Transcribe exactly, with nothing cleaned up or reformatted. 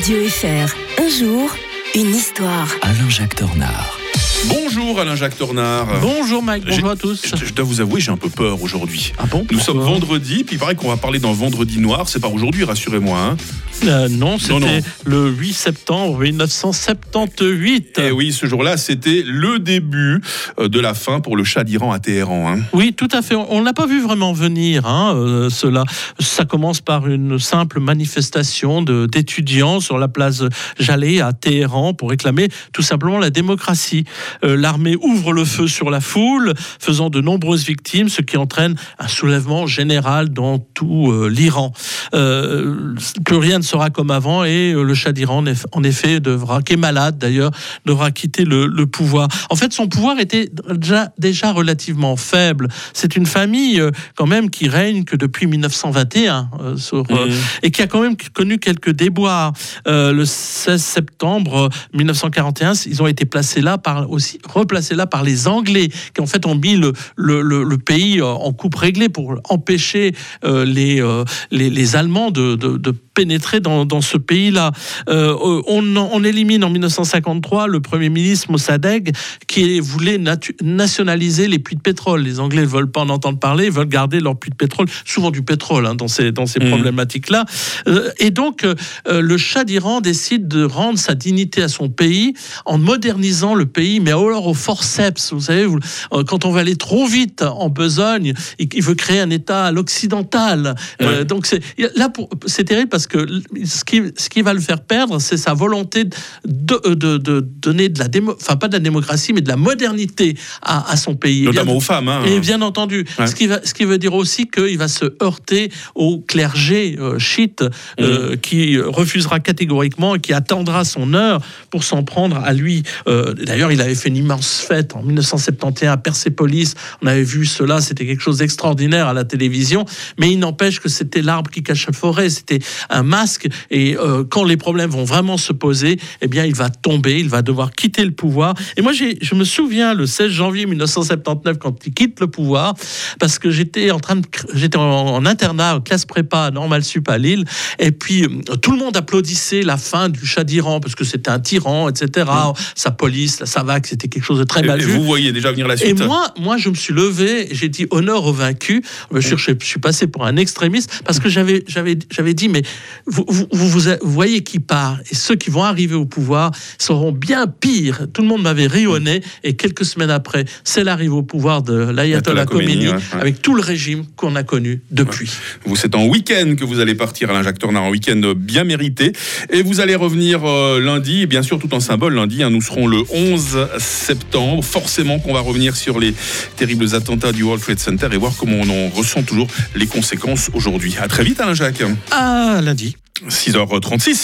Radio F R, un jour, une histoire. Alain-Jacques Tornard. Bonjour Alain-Jacques Tornard. Bonjour Mike, bonjour J'ai, à tous. Je, je dois vous avouer, j'ai un peu peur aujourd'hui. Ah bon? Nous Pourquoi? sommes vendredi, puis il paraît qu'on va parler d'un vendredi noir. C'est pas aujourd'hui, rassurez-moi. Hein. Euh, non, c'était non, non. le huit septembre dix-neuf cent soixante-dix-huit. Et oui, ce jour-là, c'était le début de la fin pour le Shah d'Iran à Téhéran. Hein. Oui, tout à fait. On ne l'a pas vu vraiment venir, hein, euh, cela. Ça commence par une simple manifestation de, d'étudiants sur la place Jaleh à Téhéran pour réclamer tout simplement la démocratie. Euh, l'armée ouvre le feu sur la foule, faisant de nombreuses victimes, ce qui entraîne un soulèvement général dans tout euh, l'Iran. Euh, plus rien ne sera comme avant et le Shah d'Iran, en effet, devra, qui est malade d'ailleurs, devra quitter le, le pouvoir. En fait, son pouvoir était déjà, déjà relativement faible. C'est une famille euh, quand même qui règne que depuis dix-neuf cent vingt et un euh, sur, euh, mmh. et qui a quand même connu quelques déboires. Euh, le seize septembre dix-neuf cent quarante et un, ils ont été placés là par aussi replacés là par les Anglais qui en fait ont mis le, le, le, le pays en coupe réglée pour empêcher euh, les, euh, les les Allemands de, de, de pénétrer dans, dans ce pays-là. Euh, on, on élimine en dix-neuf cent cinquante-trois le Premier ministre Mossadegh qui voulait natu- nationaliser les puits de pétrole. Les Anglais ne veulent pas en entendre parler, ils veulent garder leurs puits de pétrole, souvent du pétrole hein, dans ces, dans ces mmh. problématiques-là. Euh, et donc, euh, le Shah d'Iran décide de rendre sa dignité à son pays en modernisant le pays, mais alors au forceps. Vous savez, vous, euh, quand on va aller trop vite en besogne, il veut créer un État à l'occidental. Ouais. Euh, donc, c'est, là, pour, c'est terrible parce que ce qui, ce qui va le faire perdre, c'est sa volonté de, de, de, de donner de la démo, enfin pas de la démocratie, mais de la modernité à, à son pays. Notamment bien, aux femmes. Hein. Et bien entendu. Ouais. Ce, qui va, ce qui veut dire aussi qu'il va se heurter au clergé euh, chiite euh, mmh. qui refusera catégoriquement et qui attendra son heure pour s'en prendre à lui. Euh, d'ailleurs, il avait fait une immense fête en dix-neuf cent soixante et un à Persépolis. On avait vu cela, c'était quelque chose d'extraordinaire à la télévision. Mais il n'empêche que c'était l'arbre qui cache la forêt. C'était un masque et euh, quand les problèmes vont vraiment se poser, eh bien il va tomber, il va devoir quitter le pouvoir. Et moi j'ai, je me souviens le seize janvier dix-neuf cent soixante-dix-neuf quand il quitte le pouvoir, parce que j'étais en train de, j'étais en, en internat, en classe prépa, Normal Sup à Lille, et puis euh, tout le monde applaudissait la fin du Shah d'Iran parce que c'était un tyran, et cetera. Mmh. Sa police, la Savak, c'était quelque chose de très et, mal et vu. Vous voyez déjà venir la suite. Et moi, moi je me suis levé, et j'ai dit honneur aux vaincus. Bien sûr, je, je suis passé pour un extrémiste parce que j'avais, j'avais, j'avais dit mais Vous, vous, vous, vous voyez qui part et ceux qui vont arriver au pouvoir seront bien pires. Tout le monde m'avait rayonné et quelques semaines après, c'est l'arrivée au pouvoir de l'Ayatollah Khomeini, ouais, ouais. avec tout le régime qu'on a connu depuis. Ouais. Vous, c'est en week-end que vous allez partir, Alain-Jacques Tornard, un week-end bien mérité. Et vous allez revenir euh, lundi, et bien sûr tout en symbole, lundi, hein, nous serons le onze septembre. Forcément qu'on va revenir sur les terribles attentats du World Trade Center et voir comment on en ressent toujours les conséquences aujourd'hui. À très vite, Alain-Jacques. À lundi. six heures trente-six